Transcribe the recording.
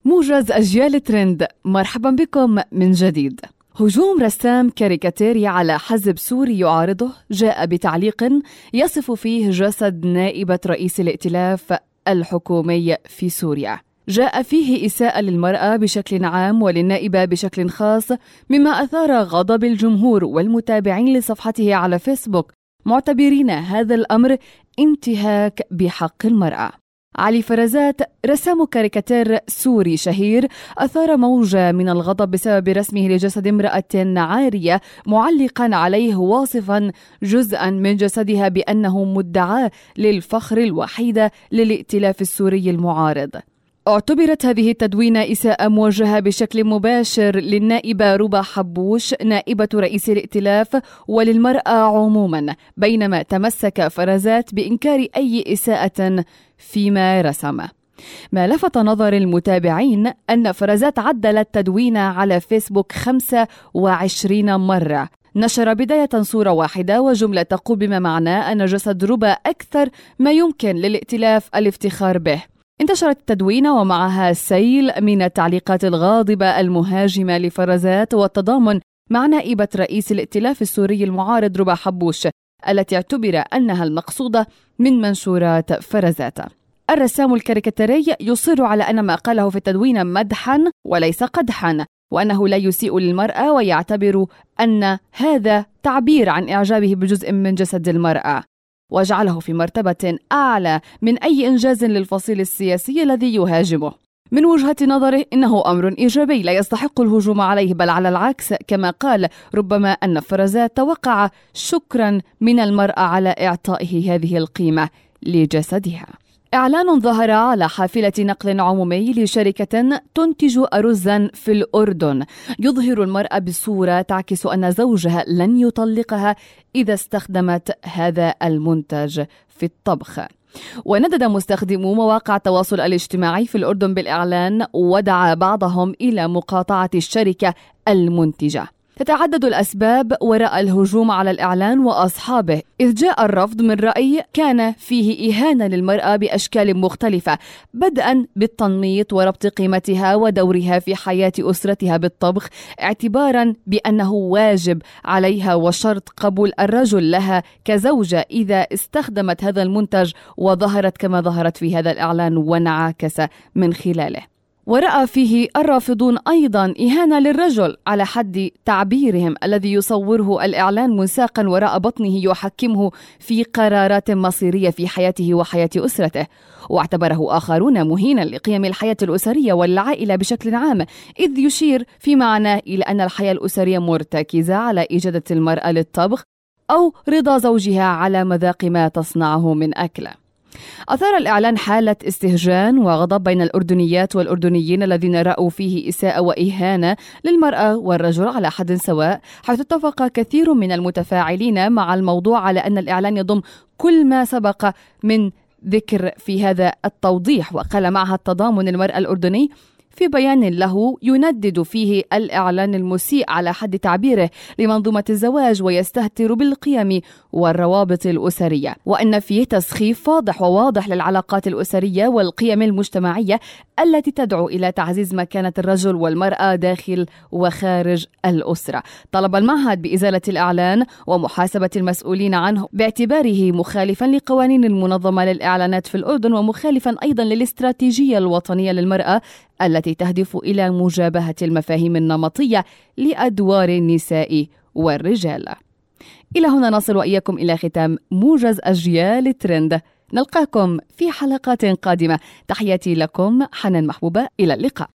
موجز أجيال ترند، مرحبا بكم من جديد. هجوم رسام كاريكاتيري على حزب سوري يعارضه جاء بتعليق يصف فيه جسد نائبة رئيس الائتلاف الحكومي في سوريا. جاء فيه إساءة للمرأة بشكل عام وللنائبة بشكل خاص، مما أثار غضب الجمهور والمتابعين لصفحته على فيسبوك، معتبرين هذا الأمر انتهاك بحق المرأة. علي فرزات، رسام كاريكاتير سوري شهير، أثار موجة من الغضب بسبب رسمه لجسد امرأة عارية، معلقا عليه واصفا جزءا من جسدها بأنه مدعاة للفخر الوحيدة للائتلاف السوري المعارض. اعتبرت هذه التدوينة إساءة موجهة بشكل مباشر للنائبة ربى حبوش نائبة رئيس الائتلاف وللمرأة عموما، بينما تمسك فرزات بإنكار أي إساءة فيما رسم. ما لفت نظر المتابعين أن فرزات عدل التدوين على فيسبوك 25 مرة، نشر بداية صورة واحدة وجملة تقول بما معناه أن جسد ربى أكثر ما يمكن للائتلاف الافتخار به. انتشرت التدوينة ومعها سيل من التعليقات الغاضبة المهاجمة لفرزات والتضامن مع نائبة رئيس الائتلاف السوري المعارض ربى حبوش، التي اعتبر أنها المقصودة من منشورات فرزات. الرسام الكاريكاتيري يصر على أن ما قاله في التدوين مدحا وليس قدحا، وأنه لا يسيء للمرأة، ويعتبر أن هذا تعبير عن إعجابه بجزء من جسد المرأة، وجعله في مرتبة أعلى من أي إنجاز للفصيل السياسي الذي يهاجمه. من وجهة نظره إنه أمر إيجابي لا يستحق الهجوم عليه، بل على العكس، كما قال ربما أن فرزات توقع شكرا من المرأة على إعطائه هذه القيمة لجسدها. إعلان ظهر على حافلة نقل عمومي لشركة تنتج أرزا في الأردن يظهر المرأة بصورة تعكس أن زوجها لن يطلقها إذا استخدمت هذا المنتج في الطبخ. وندد مستخدمو مواقع التواصل الاجتماعي في الأردن بالإعلان، ودعا بعضهم إلى مقاطعة الشركة المنتجة. تتعدد الأسباب وراء الهجوم على الإعلان وأصحابه، إذ جاء الرفض من رأي كان فيه إهانة للمرأة بأشكال مختلفة، بدءا بالتنميط وربط قيمتها ودورها في حياة أسرتها بالطبخ، اعتبارا بأنه واجب عليها وشرط قبول الرجل لها كزوجة إذا استخدمت هذا المنتج وظهرت كما ظهرت في هذا الإعلان وانعكس من خلاله. ورأى فيه الرافضون أيضا إهانة للرجل على حد تعبيرهم، الذي يصوره الإعلان منساقا وراء بطنه يحكمه في قرارات مصيرية في حياته وحياة أسرته. واعتبره آخرون مهينا لقيم الحياة الأسرية والعائلة بشكل عام، إذ يشير في معناه إلى أن الحياة الأسرية مرتكزة على إجادة المرأة للطبخ أو رضا زوجها على مذاق ما تصنعه من أكل. أثار الإعلان حالة استهجان وغضب بين الأردنيات والأردنيين الذين رأوا فيه إساءة وإهانة للمرأة والرجل على حد سواء، حيث اتفق كثير من المتفاعلين مع الموضوع على أن الإعلان يضم كل ما سبق من ذكر في هذا التوضيح. وقال معها التضامن المرأة الأردني في بيان له يندد فيه الإعلان المسيء على حد تعبيره لمنظومة الزواج ويستهتر بالقيم والروابط الأسرية، وأن فيه تسخيف واضح للعلاقات الأسرية والقيم المجتمعية التي تدعو إلى تعزيز مكانة الرجل والمرأة داخل وخارج الأسرة. طلب المعهد بإزالة الإعلان ومحاسبة المسؤولين عنه باعتباره مخالفا لقوانين المنظمة للإعلانات في الأردن، ومخالفا أيضا للاستراتيجية الوطنية للمرأة التي تهدف إلى مجابهة المفاهيم النمطية لأدوار النساء والرجال. إلى هنا نصل وإياكم إلى ختام موجز أجيال ترند. نلقاكم في حلقات قادمة. تحياتي لكم حنان محبوبة، إلى اللقاء.